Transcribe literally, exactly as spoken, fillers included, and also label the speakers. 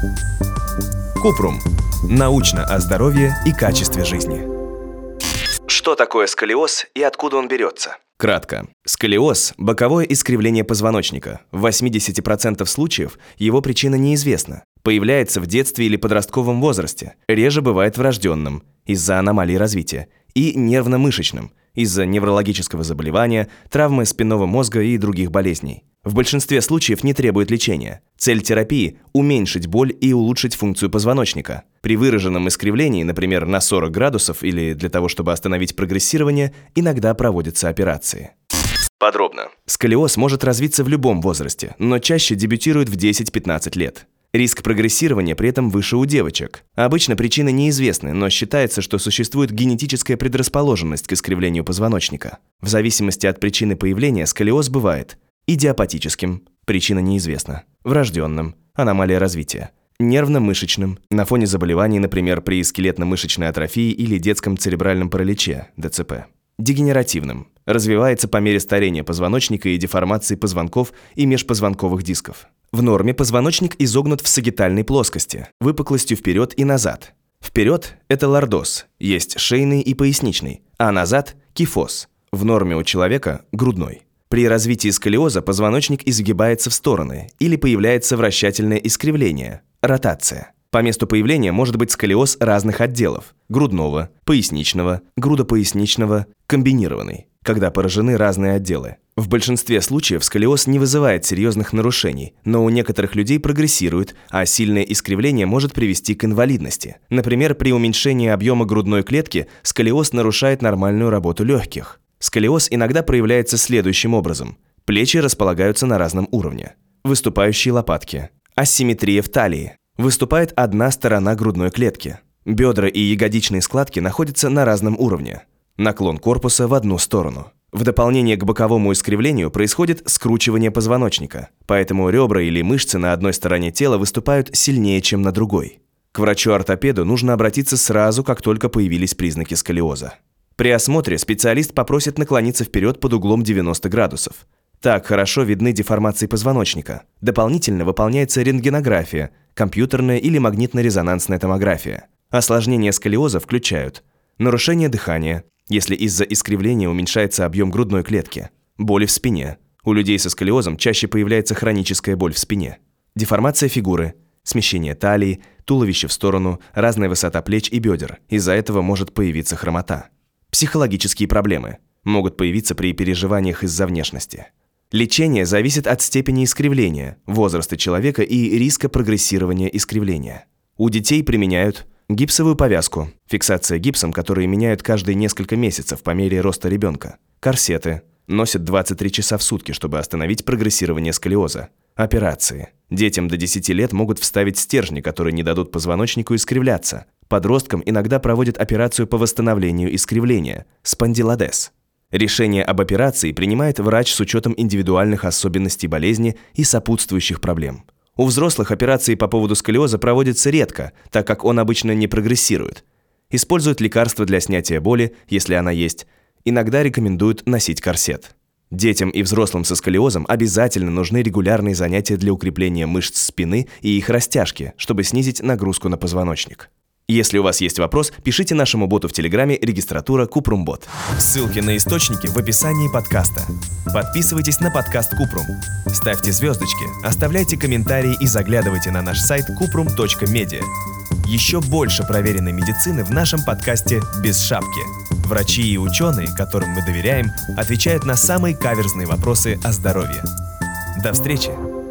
Speaker 1: Купрум. Научно о здоровье и качестве жизни.
Speaker 2: Что такое сколиоз и откуда он берется?
Speaker 1: Кратко. Сколиоз – боковое искривление позвоночника. В восемьдесят процентов случаев его причина неизвестна. Появляется в детстве или подростковом возрасте, реже бывает врожденным, из-за аномалий развития, и нервно-мышечным, из-за неврологического заболевания, травмы спинного мозга и других болезней. В большинстве случаев не требует лечения. Цель терапии – уменьшить боль и улучшить функцию позвоночника. При выраженном искривлении, например, на сорок градусов или для того, чтобы остановить прогрессирование, иногда проводятся операции.
Speaker 2: Подробно.
Speaker 1: Сколиоз может развиться в любом возрасте, но чаще дебютирует в десять-пятнадцать лет. Риск прогрессирования при этом выше у девочек. Обычно причины неизвестны, но считается, что существует генетическая предрасположенность к искривлению позвоночника. В зависимости от причины появления сколиоз бывает идиопатическим, причина неизвестна, врожденным, аномалия развития, нервно-мышечным, на фоне заболеваний, например, при скелетно-мышечной атрофии или детском церебральном параличе, дэ цэ пэ, дегенеративным, развивается по мере старения позвоночника и деформации позвонков и межпозвонковых дисков. В норме позвоночник изогнут в сагитальной плоскости, выпуклостью вперед и назад. Вперед – это лордоз, есть шейный и поясничный, а назад – кифоз, в норме у человека – грудной. При развитии сколиоза позвоночник изгибается в стороны или появляется вращательное искривление – ротация. По месту появления может быть сколиоз разных отделов – грудного, поясничного, грудопоясничного, комбинированный, когда поражены разные отделы. В большинстве случаев сколиоз не вызывает серьезных нарушений, но у некоторых людей прогрессирует, а сильное искривление может привести к инвалидности. Например, при уменьшении объема грудной клетки сколиоз нарушает нормальную работу легких. Сколиоз иногда проявляется следующим образом. Плечи располагаются на разном уровне. Выступающие лопатки. Асимметрия в талии. Выступает одна сторона грудной клетки. Бедра и ягодичные складки находятся на разном уровне. Наклон корпуса в одну сторону. В дополнение к боковому искривлению происходит скручивание позвоночника, поэтому ребра или мышцы на одной стороне тела выступают сильнее, чем на другой. К врачу-ортопеду нужно обратиться сразу, как только появились признаки сколиоза. При осмотре специалист попросит наклониться вперед под углом девяносто градусов. Так хорошо видны деформации позвоночника. Дополнительно выполняется рентгенография, компьютерная или магнитно-резонансная томография. Осложнения сколиоза включают нарушение дыхания, если из-за искривления уменьшается объем грудной клетки, боли в спине. У людей со сколиозом чаще появляется хроническая боль в спине. Деформация фигуры, смещение талии, туловище в сторону, разная высота плеч и бедер. Из-за этого может появиться хромота. Психологические проблемы могут появиться при переживаниях из-за внешности. Лечение зависит от степени искривления, возраста человека и риска прогрессирования искривления. У детей применяют гипсовую повязку, фиксация гипсом, которые меняют каждые несколько месяцев по мере роста ребенка. Корсеты. Носят двадцать три часа в сутки, чтобы остановить прогрессирование сколиоза. Операции. Детям до десяти лет могут вставить стержни, которые не дадут позвоночнику искривляться. Подросткам иногда проводят операцию по восстановлению искривления – спондилодез. Решение об операции принимает врач с учетом индивидуальных особенностей болезни и сопутствующих проблем. У взрослых операции по поводу сколиоза проводятся редко, так как он обычно не прогрессирует. Используют лекарства для снятия боли, если она есть. Иногда рекомендуют носить корсет. Детям и взрослым со сколиозом обязательно нужны регулярные занятия для укрепления мышц спины и их растяжки, чтобы снизить нагрузку на позвоночник. Если у вас есть вопрос, пишите нашему боту в Телеграме регистратура Купрумбот. Ссылки на источники в описании подкаста. Подписывайтесь на подкаст Купрум. Ставьте звездочки, оставляйте комментарии и заглядывайте на наш сайт купрум точка медиа. Еще больше проверенной медицины в нашем подкасте «Без шапки». Врачи и ученые, которым мы доверяем, отвечают на самые каверзные вопросы о здоровье. До встречи!